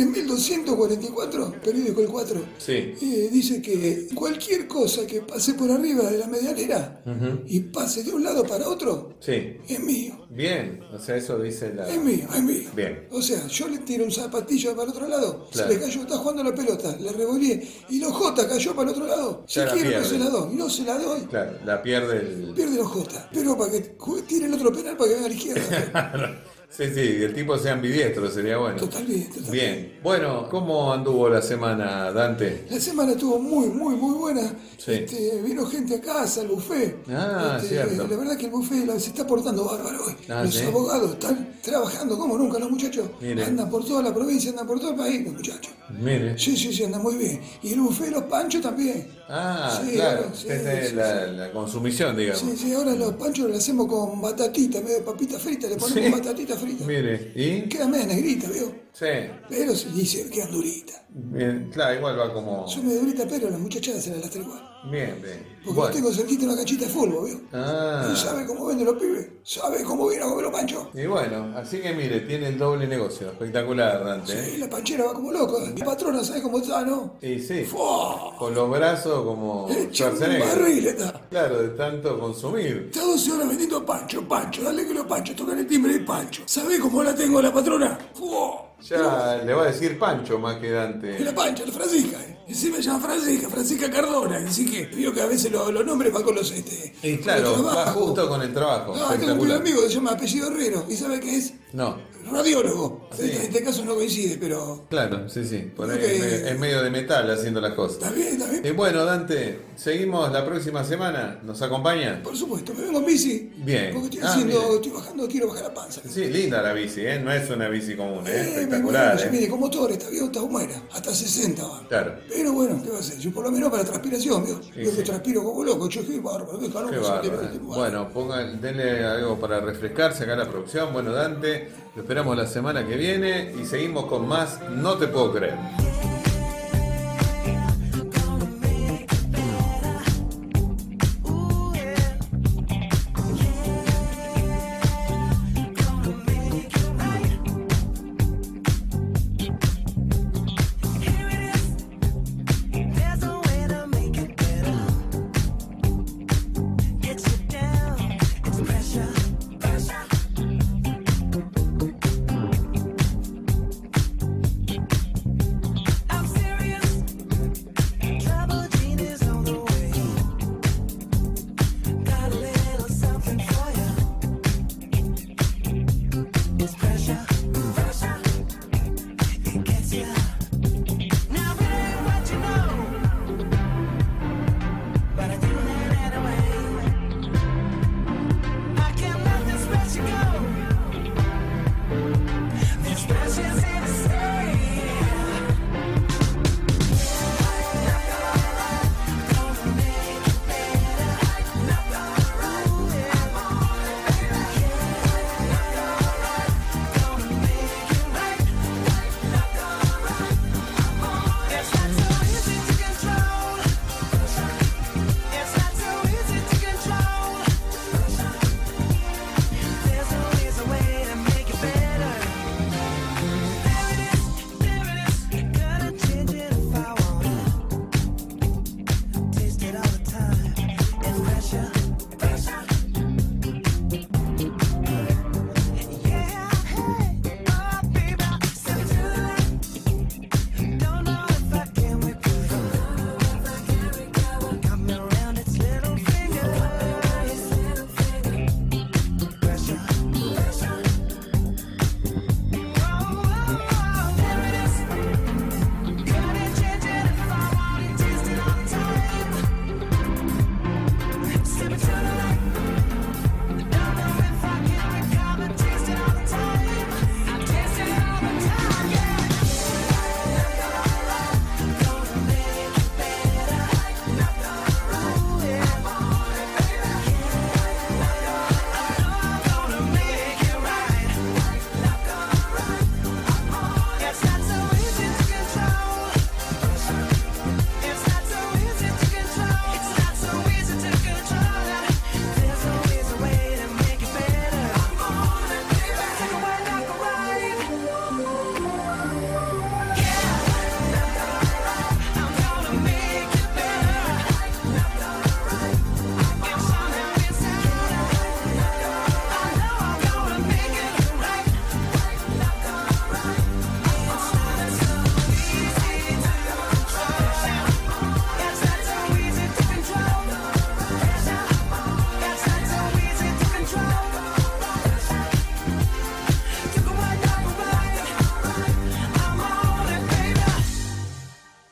3244, periódico el 4, Sí. Dice que cualquier cosa que pase por arriba de la medianera y pase de un lado para otro, Sí. es mío. Bien, o sea, eso dice la... Es mío, es mío. Bien. O sea, yo le tiro un zapatillo para el otro lado, Claro. se le cayó, está jugando la pelota, le revoleé y la J cayó para el otro lado. Si Ya la quiero no pierde. se la doy, no se la doy. Claro, la pierde el... Pierde la J, pero para que tire el otro penal para que venga a la izquierda. Sí, el tipo sea ambidiestro, sería bueno. Totalmente. Bien. Bueno, ¿cómo anduvo la semana, Dante? La semana estuvo muy buena. Sí. Vino gente a casa, al buffet. Cierto. La verdad que el buffet se está portando bárbaro hoy. Los ¿sí? abogados están trabajando como nunca, los muchachos. Mire. Andan por toda la provincia, andan por todo el país, los muchachos. Mire. Sí, andan muy bien. Y el buffet de los panchos también. Sí, Sí, claro. ahora, sí, Esta es la consumición, digamos. Sí, ahora los panchos los hacemos con batatita, en vez de papita frita, le ponemos Sí. batatita frita. Mire, ¿y? Queda media negrita, ¿veo? Sí. Pero se dice, quedan duritas. Bien, claro, igual va como... Son medio duritas, pero las muchachadas se las lastra igual. Bien. Porque lo tengo cerquita una canchita de fútbol, ¿veo? Y sabe cómo venden los pibes, sabe cómo viene a comer los panchos. Y bueno, así que mire, tiene el doble negocio. Espectacular, Dante. Sí, la panchera va como loca. Mi patrona sabe cómo está, ¿no? Y sí. ¡Fua! Con los brazos como Echa un Schwarzenegger. barril está. Claro, de tanto consumir. Está 12 horas vendiendo pancho, dale que los panchos, tocan el timbre del pancho. ¿Sabe cómo la tengo la patrona? ¡Fua! Ya le va a decir Pancho más que Dante. Es la pancha, la Francisca. Encima se llama Francisca Cardona. Así que vio que a veces los nombres van con los Y claro, con el va trabajo. justo con el trabajo. Tengo un Espectacular. amigo que se llama apellido Herrero. ¿Y sabe qué es? No, Radiólogo. Sí. En este caso no coincide, pero... claro, sí. Por ahí Creo que- es medio de metal haciendo las cosas. Está bien. Bueno, Dante, seguimos la próxima semana. ¿Nos acompaña? Por supuesto, me vengo en bici. Bien. Porque mire. estoy bajando, quiero bajar la panza. Sí, linda la bici, ¿eh? No es una bici común, ¿eh? Me Espectacular, gusta, ¿eh? mire, con motor, está bien, está buena. Hasta 60 va. Claro. Pero bueno, ¿qué va a hacer? Yo por lo menos para transpiración, ¿vio? Yo que sí. transpiro como loco, yo qué bárbaro, qué calor Qué que se bárbaro. tiene, Bueno, denle algo para refrescarse acá a la producción. Bueno, Dante, lo esperamos la semana que viene y seguimos con más No Te Puedo Creer.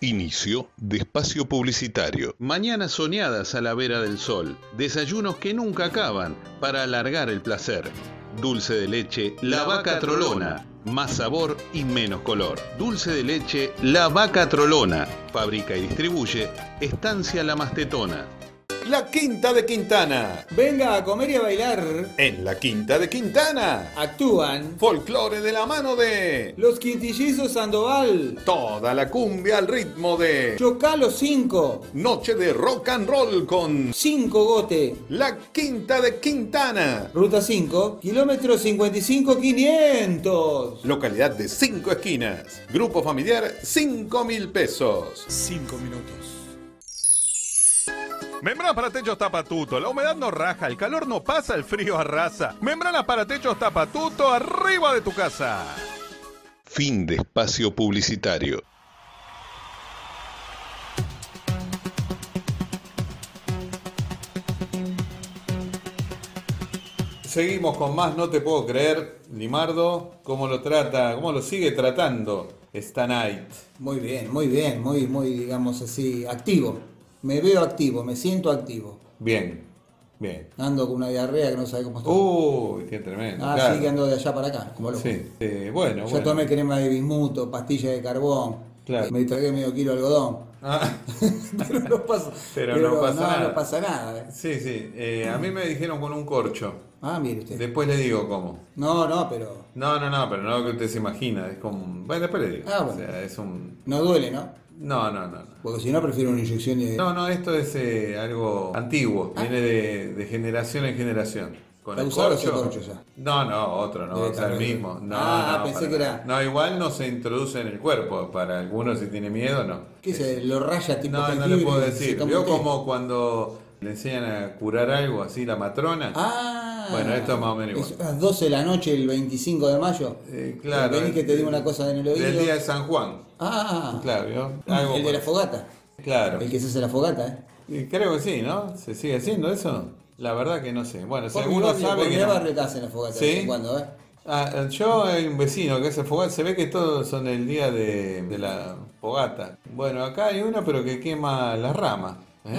Inicio de espacio publicitario. Mañanas soñadas a la vera del sol. Desayunos que nunca acaban para alargar el placer. Dulce de leche La Vaca Trolona. Más sabor y menos color. Dulce de leche La Vaca Trolona. Fabrica y distribuye Estancia La Mastetona. La Quinta de Quintana. Venga a comer y a bailar. En la Quinta de Quintana. Actúan Folclore de la mano de los Quintillizos Sandoval. Toda la cumbia al ritmo de Chocalo 5. Noche de rock and roll con 5 Gote. La Quinta de Quintana. Ruta 5, kilómetro 55,500. Localidad de 5 esquinas. Grupo familiar, 5.000 pesos. 5 minutos. Membranas para techos Tapatuto. La humedad no raja, el calor no pasa, el frío arrasa. Membranas para techos Tapatuto, arriba de tu casa. Fin de espacio publicitario. Seguimos con más No Te Puedo Creer. Limardo, ¿cómo lo trata, cómo lo sigue tratando esta night? Muy bien, muy, digamos así, activo. Me veo activo, me siento activo. Bien, bien. Ando con una diarrea que no sabe cómo estoy. Uy, qué tremendo. Claro. Sí, que ando de allá para acá, como loco. Sí, bueno. Ya tomé crema de bismuto, pastillas de carbón. Claro. Me tragué medio kilo de algodón. Pero no pasa, no pasa nada. Sí. A mí me dijeron con un corcho. Mire usted. Después le digo cómo. Pero pero no lo que usted se imagina. Es como. Bueno, después le digo. Bueno. O sea, es un. No duele, ¿no? No. Porque si no, prefiero una inyección de... No, esto es algo antiguo. Viene de generación en generación. ¿Con el corcho ya? No, otro, no. O sea, el mismo. No, pensé que era... No, igual no se introduce en el cuerpo. Para algunos, si tiene miedo, no. ¿Qué se lo raya tipo No le puedo decir. ¿Vio como cuando le enseñan a curar algo así la matrona? Bueno, esto es más o menos igual. Es a las 12 de la noche el 25 de mayo. Claro. Vení que te digo una cosa en el oído. Del día de San Juan. Claro, ¿vio? El de la fogata. Claro. El que se hace la fogata, Y creo que sí, ¿no? ¿Se sigue haciendo eso? La verdad que no sé. Bueno, si por alguno sabe que... Por mi barrio te hacen la fogata de vez en cuando, yo hay un vecino que hace fogata. Se ve que todos son el día de la fogata. Bueno, acá hay uno pero que quema las ramas.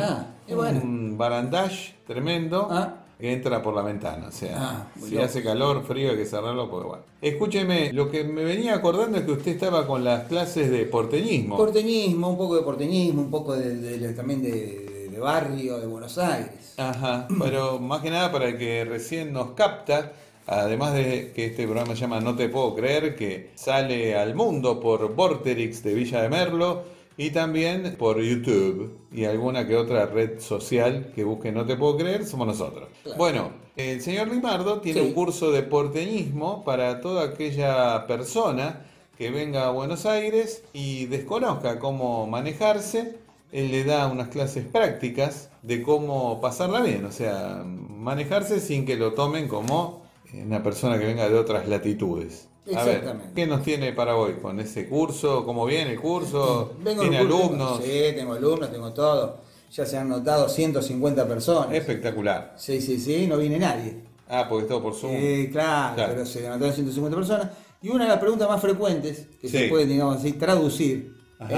Un barandage tremendo. Que entra por la ventana, o sea, si hace calor, frío, hay que cerrarlo, pues bueno. Escúcheme, lo que me venía acordando es que usted estaba con las clases de porteñismo. Un poco de porteñismo, un poco también de barrio, de Buenos Aires. Ajá, pero más que nada para el que recién nos capta, además de que este programa se llama No Te Puedo Creer, que sale al mundo por Vorterix de Villa de Merlo, y también por YouTube y alguna que otra red social que busque No Te Puedo Creer, somos nosotros. Claro. Bueno, el señor Limardo tiene un curso de porteñismo para toda aquella persona que venga a Buenos Aires y desconozca cómo manejarse. Él le da unas clases prácticas de cómo pasarla bien, o sea, manejarse sin que lo tomen como una persona que venga de otras latitudes. A ver, ¿qué nos tiene para hoy con ese curso? ¿Cómo viene el curso? ¿Tiene alumnos? Sí, tengo alumnos, tengo todo. Ya se han notado 150 personas. Espectacular. Sí, no viene nadie. Porque es todo por Zoom. Claro, pero se anotaron 150 personas. Y una de las preguntas más frecuentes que se puede, digamos así, traducir,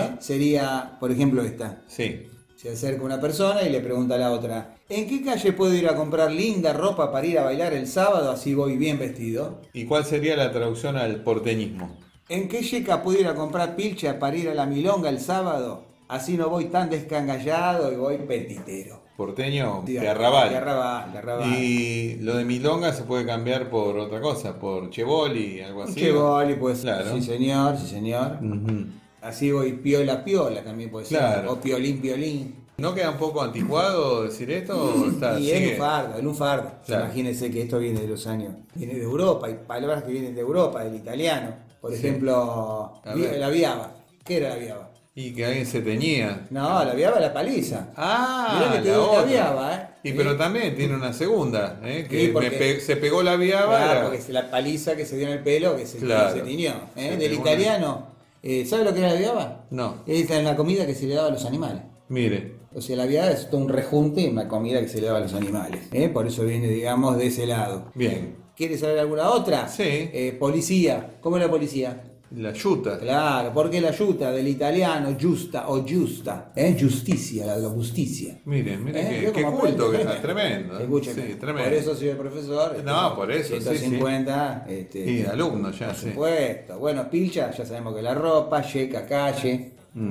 sería, por ejemplo, esta. Sí. Se acerca una persona y le pregunta a la otra: ¿en qué calle puedo ir a comprar linda ropa para ir a bailar el sábado, así voy bien vestido? ¿Y cuál sería la traducción al porteñismo? ¿En qué yeca puedo ir a comprar pilcha para ir a la milonga el sábado? Así no voy tan descangallado y voy petitero. Porteño, Sí, de arrabal. De arrabal. Y lo de milonga se puede cambiar por otra cosa, por chevoli, algo así. Chevoli, pues. Claro. Sí, señor. Uh-huh. Así voy piola también puede ser. Claro. O piolín. ¿No queda un poco anticuado decir esto? ¿O está, y sigue? es un fardo. Claro. Imagínense que esto viene de los años, viene de Europa, hay palabras que vienen de Europa, del italiano. Por ejemplo, la viaba. ¿Qué era la viaba? Y que alguien se teñía. No, la viaba la paliza. Mirá que te digo la viaba, Y pero también tiene una segunda, que se pegó la viaba. Claro, porque es la paliza que se dio en el pelo, que se tiñó. Del italiano. ¿Sabe lo que era la viaba? No. Esta es la comida que se le daba a los animales. Mire. O sea, la viaba es todo un rejunte y una comida que se le daba a los animales. Por eso viene, digamos, de ese lado. Bien. ¿Quiere saber alguna otra? Sí. Policía. ¿Cómo es la policía? La yuta. Claro, porque la yuta del italiano giusta o giusta, justicia, la justicia. Miren, Yo qué como culto que aprendo. está, tremendo. Escúchame, Sí, tremendo. por eso soy el profesor. No, por eso, sí, 150. Y alumno ya, Por sí. supuesto. Bueno, pilcha, ya sabemos que la ropa, yeca, calle.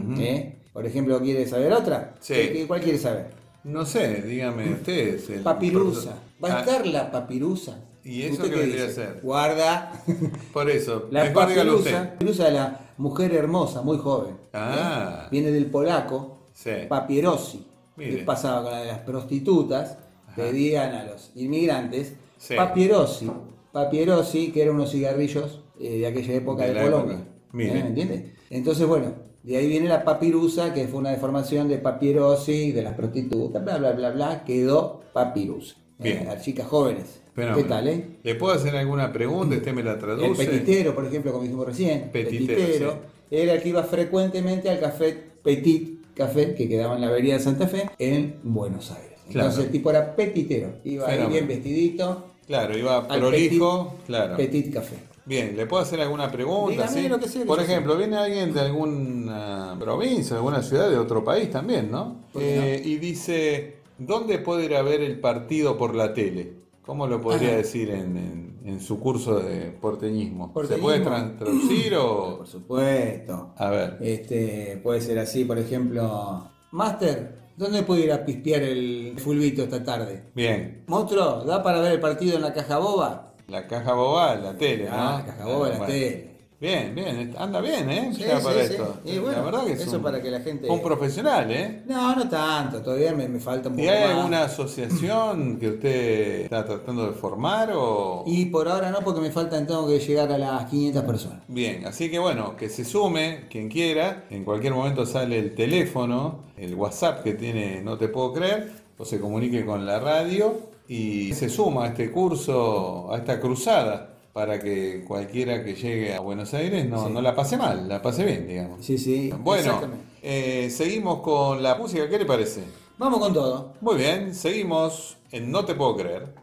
Por ejemplo, ¿quiere saber otra? Sí. ¿Cuál quiere saber? No sé, dígame ustedes. Papirusa. ¿Va a Ah, estar la papirusa? ¿Y eso ¿Usted qué vendría dice? a ser? Guarda. Por eso, La mejor dígalo usted. papirusa es la mujer hermosa, muy joven. Ah. Viene del polaco, Sí. papierosi. Mire. ¿Qué pasaba con las prostitutas? Pedían a los inmigrantes Sí. papierosi, que eran unos cigarrillos de aquella época de la Colombia. época. Mire. ¿Me entiendes? Entonces, bueno, de ahí viene la papirusa, que fue una deformación de papierosi, de las prostitutas, bla, bla, bla, bla, quedó papirusa. Bien. Las chicas jóvenes. Fenómeno. ¿Qué tal, ¿Le puedo hacer alguna pregunta? Usted me la traduce. El petitero, por ejemplo, como dijimos recién. Petitero, era el que iba frecuentemente al café Petit Café, que quedaba en la avenida de Santa Fe, en Buenos Aires. Claro. Entonces el tipo era petitero. Iba ahí Fenómeno. bien vestidito. Claro, iba al prolijo. Claro. Petit Café. Bien, ¿le puedo hacer alguna pregunta? Dígame ¿sí? lo que sea que Por yo ejemplo, viene alguien de alguna provincia, de alguna ciudad, de otro país también, ¿no? ¿Por qué Y dice, ¿dónde puede ir a ver el partido por la tele? ¿Cómo lo podría Ajá. decir en su curso de porteñismo? ¿Se Porteñismo. puede traducir o...? Por supuesto. A ver. Puede ser así, por ejemplo. Master, ¿dónde puedo ir a pispear el fulbito esta tarde? Bien. Monstruo, ¿da para ver el partido en la caja boba? La caja boba, la tele, ¿no? Ah, la caja boba, la Bueno. tele. Bien, bien, anda bien, ¿eh? Sí, Ya sí, para sí. esto. Y bueno, la verdad que es eso para que la gente... un profesional, ¿eh? No, no tanto, todavía me falta un ¿Y poco hay más. alguna asociación que usted está tratando de formar o...? Y por ahora no, porque me faltan, tengo que llegar a las 500 personas. Bien, así que bueno, que se sume quien quiera. En cualquier momento sale el teléfono, el WhatsApp que tiene No Te Puedo Creer, o se comunique con la radio y se suma a este curso, a esta cruzada, para que cualquiera que llegue a Buenos Aires no la pase mal, la pase bien, digamos. Sí, sí. Bueno, exactamente. seguimos con la música, ¿qué le parece? Vamos con todo. Muy bien, seguimos en No Te Puedo Creer.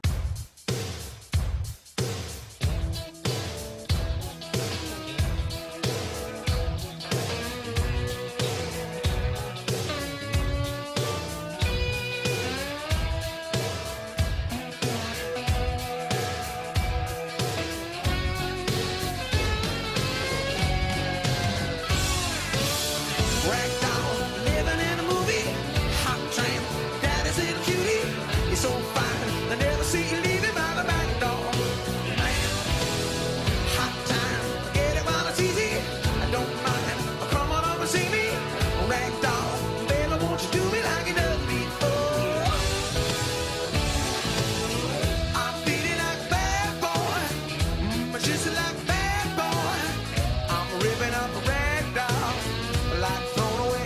Ragdoll, living in a movie. Hot tramp, daddy's little cutie. He's so fine, I never see you leaving by the back door. Man, hot time, get it while it's easy. I don't mind, come on over and see me. Ragdoll, baby, won't you do me like you done before? I'm feeling like a bad boy, just like a bad boy. I'm ripping up a ragdoll, like throwing away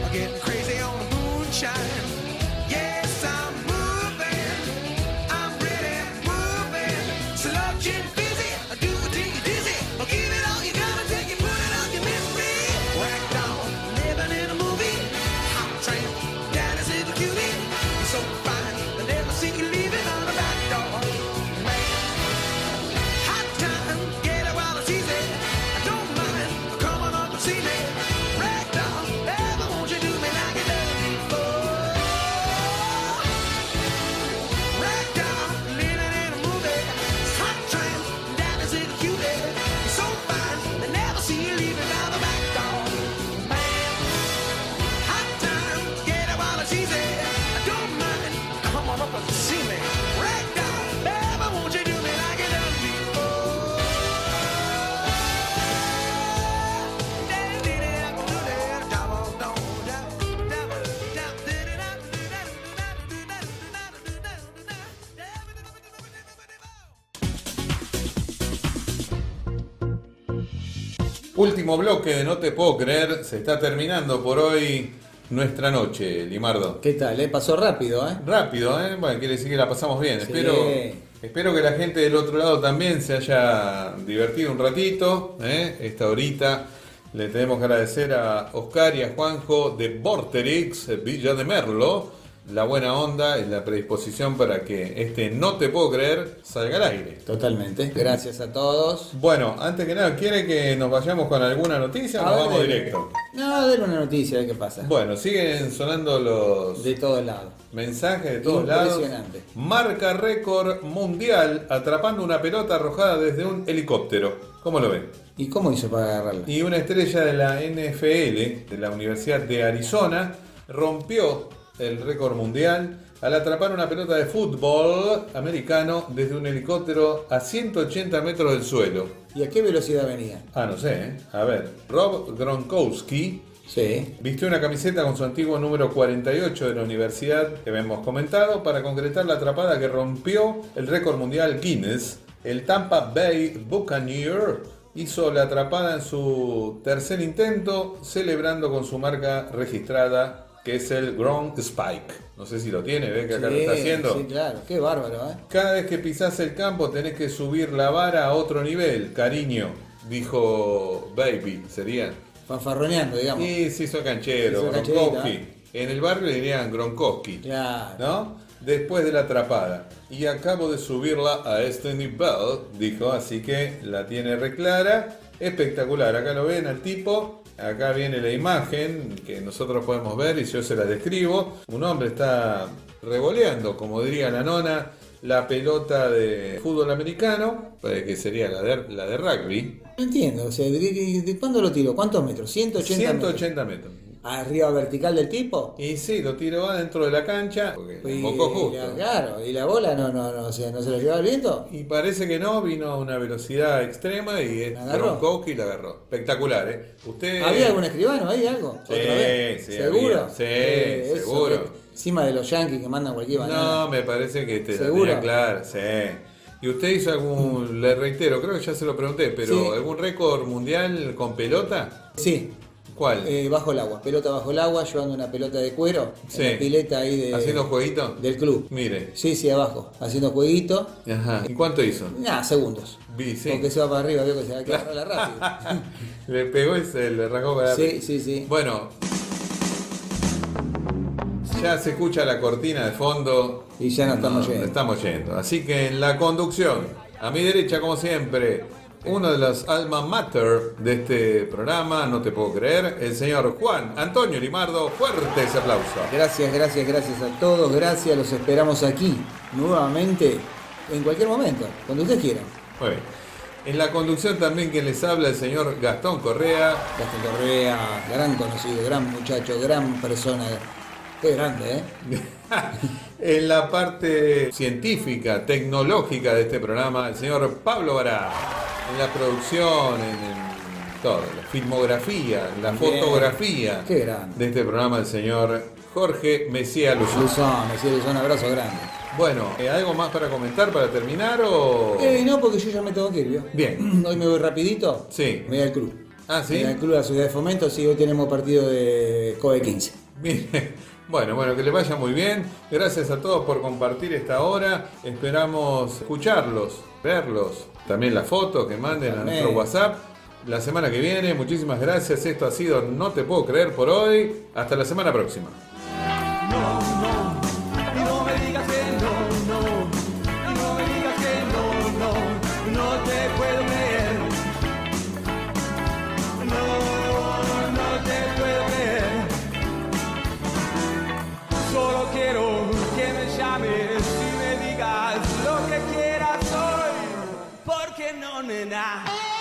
We're getting crazy on the moonshine. Yes, I'm moving. I'm really moving. Slugging busy. I do it till you're dizzy. I'll give it all you gotta take it, put it on your memory. Whacked on, living in a movie. Hot train, daddy's little cutie. You're so fine, I never see you leaving on the back door. Man, hot time, get it while it's easy. I don't mind coming up and see me. Ragdoll, ever won't you do me like you done before? Ragdoll, living in a movie. Hot train, daddy's little cutie. You're so fine, I never see you leaving out the back door. Man, hot time, get it while it's easy. I don't mind, come on up and see me. Ragdoll, ever won't you do me like you done before? Último bloque de No Te Puedo Creer. Se está terminando por hoy nuestra noche, Limardo. ¿Qué tal? Pasó rápido, ¿eh? Rápido, ¿eh? Bueno, quiere decir que la pasamos bien. Sí. Espero que la gente del otro lado también se haya divertido un ratito, ¿eh? Esta horita. Le tenemos que agradecer a Oscar y a Juanjo de Vorterix, Villa de Merlo, la buena onda y la predisposición para que este No Te Puedo Creer salga al aire. Totalmente. Gracias a todos. Bueno, antes que nada, ¿quiere que nos vayamos con alguna noticia o nos vamos directo? No, denle una noticia, a ver qué pasa. Bueno, siguen sonando los De todos lados. mensajes de todos lados. Impresionante. Marca récord mundial atrapando una pelota arrojada desde un helicóptero. ¿Cómo lo ven? ¿Y cómo hizo para agarrarla? Y una estrella de la NFL, de la Universidad de Arizona, rompió el récord mundial al atrapar una pelota de fútbol americano desde un helicóptero a 180 metros del suelo. ¿Y a qué velocidad venía? Ah, no sé, ¿eh? A ver, Rob Gronkowski Sí. vistió una camiseta con su antiguo número 48 de la universidad que hemos comentado para concretar la atrapada que rompió el récord mundial Guinness. El Tampa Bay Buccaneer hizo la atrapada en su tercer intento, celebrando con su marca registrada, que es el Gronk Spike. No sé si lo tiene, ¿ves que acá lo está haciendo? Sí, claro, qué bárbaro, ¿eh? Cada vez que pisás el campo tenés que subir la vara a otro nivel, cariño, dijo Baby, sería. Fanfarroneando, digamos. Y se hizo canchero, Se hizo cancherita, Gronkowski. En el barrio le dirían Gronkowski, Claro. ¿no? Después de la atrapada. Y acabo de subirla a este nivel, dijo, así que la tiene reclara. Espectacular, acá lo ven al tipo. Acá viene la imagen que nosotros podemos ver y yo se la describo. Un hombre está revoleando, como diría la nona, la pelota de fútbol americano, que sería la de rugby. No entiendo, o sea, ¿de cuándo lo tiró? ¿Cuántos metros? 180 metros. ¿Arriba vertical del tipo? Y sí, lo tiró adentro de la cancha, porque Y, embocó justo. claro, ¿y la bola o sea, no se la llevaba el viento? Y parece que no, vino a una velocidad extrema y ¿La agarró? Gronkowski la agarró. Espectacular, ¿eh? Usted... ¿Había algún escribano ahí, algo? Sí, ¿Otra vez? sí, ¿Seguro? había. Sí, Eso, seguro. Encima de los yankees que mandan cualquier banana. No, me parece que te la ¿Seguro? tenía clara, sí. ¿Y usted hizo algún, le reitero, creo que ya se lo pregunté, pero Sí. algún récord mundial con pelota? Sí. ¿Cuál? Bajo el agua, pelota bajo el agua, llevando una pelota de cuero Sí. en la pileta ahí de... ¿Haciendo jueguito? Del club. Mire. Sí, sí, abajo, haciendo jueguito. Ajá. ¿Y cuánto hizo? Nada, segundos. Sí. Porque se va para arriba, veo que se va a quedar rápido. Le pegó y se le arrancó para Sí, arriba. sí, sí. Bueno, ya se escucha la cortina de fondo. Y ya nos estamos yendo. Estamos yendo. Así que en la conducción, a mi derecha, como siempre, uno de los alma mater de este programa, no te puedo creer, el señor Juan Antonio Limardo. Fuerte ese aplauso. Gracias, gracias, gracias a todos. Gracias, los esperamos aquí nuevamente en cualquier momento, cuando ustedes quieran. Muy bien. En la conducción también que les habla el señor Gastón Correa. Gastón Correa, gran conocido, gran muchacho, gran persona. Qué grande, ¿eh? En la parte científica, tecnológica de este programa, el señor Pablo Bará. En la producción, en todo, la filmografía, la Bien. fotografía Qué grande. de este programa, el señor Jorge Mesía Luzón. Luzón, abrazo grande. Bueno, ¿algo más para comentar para terminar o...? No, porque yo ya me tengo que ir, ¿vio? Bien. Hoy me voy rapidito. Sí. Me voy al club. Ah, ¿sí? En el Club de la Ciudad de Fomento, sí, hoy tenemos partido de COE 15. Bien. Bueno, que les vaya muy bien. Gracias a todos por compartir esta hora. Esperamos escucharlos, verlos. También la foto que manden a nuestro WhatsApp. La semana que viene, muchísimas gracias. Esto ha sido No Te Puedo Creer por hoy. Hasta la semana próxima. Y no me digas que no, y no me digas que no te puedo creer. No te puedo creer. Solo quiero que me llames y me digas lo que quieras hoy. Porque no, nena.